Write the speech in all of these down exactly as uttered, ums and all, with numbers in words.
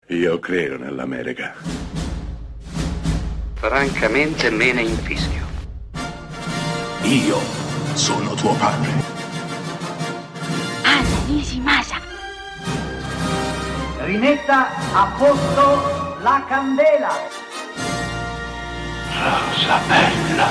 Io credo nell'America. Francamente me ne infischio. Io sono tuo padre. Anna Nishimasa. Rimetta a posto la candela. Rosa bella.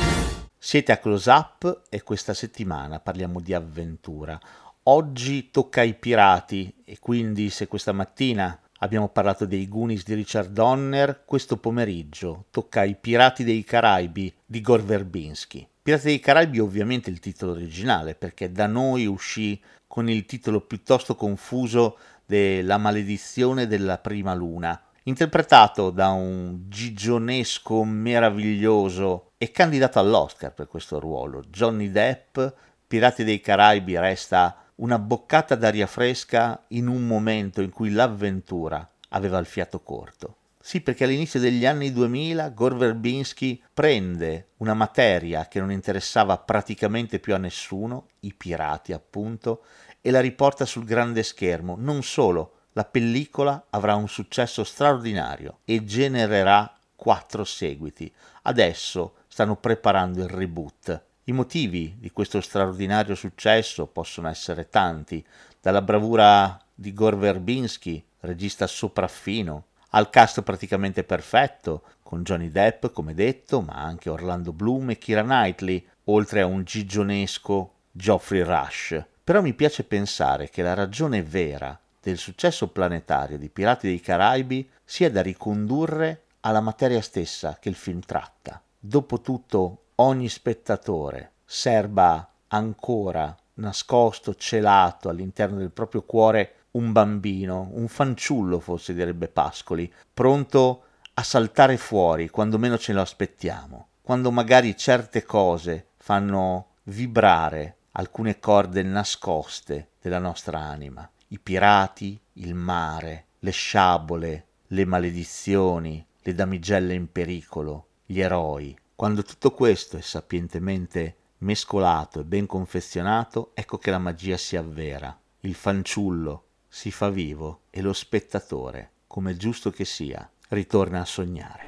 Siete a Close Up e questa settimana parliamo di avventura. Oggi tocca ai pirati e quindi se questa mattina abbiamo parlato dei Goonies di Richard Donner, questo pomeriggio tocca ai Pirati dei Caraibi di Gore Verbinski. Pirati dei Caraibi è ovviamente il titolo originale, perché da noi uscì con il titolo piuttosto confuso della maledizione della prima luna, interpretato da un gigionesco meraviglioso e candidato all'Oscar per questo ruolo, Johnny Depp. Pirati dei Caraibi resta una boccata d'aria fresca in un momento in cui l'avventura aveva il fiato corto. Sì, perché all'inizio degli anni duemila Gore Verbinski prende una materia che non interessava praticamente più a nessuno, i pirati appunto, e la riporta sul grande schermo. Non solo, la pellicola avrà un successo straordinario e genererà quattro seguiti. Adesso stanno preparando il reboot. I motivi di questo straordinario successo possono essere tanti, dalla bravura di Gore Verbinski, regista sopraffino, al cast praticamente perfetto, con Johnny Depp, come detto, ma anche Orlando Bloom e Keira Knightley, oltre a un gigionesco Geoffrey Rush. Però mi piace pensare che la ragione vera del successo planetario di Pirati dei Caraibi sia da ricondurre alla materia stessa che il film tratta. Dopotutto, ogni spettatore serba ancora nascosto, celato all'interno del proprio cuore un bambino, un fanciullo forse direbbe Pascoli, pronto a saltare fuori quando meno ce lo aspettiamo, quando magari certe cose fanno vibrare alcune corde nascoste della nostra anima. I pirati, il mare, le sciabole, le maledizioni, le damigelle in pericolo, gli eroi. Quando tutto questo è sapientemente mescolato e ben confezionato, ecco che la magia si avvera. Il fanciullo si fa vivo e lo spettatore, come è giusto che sia, ritorna a sognare.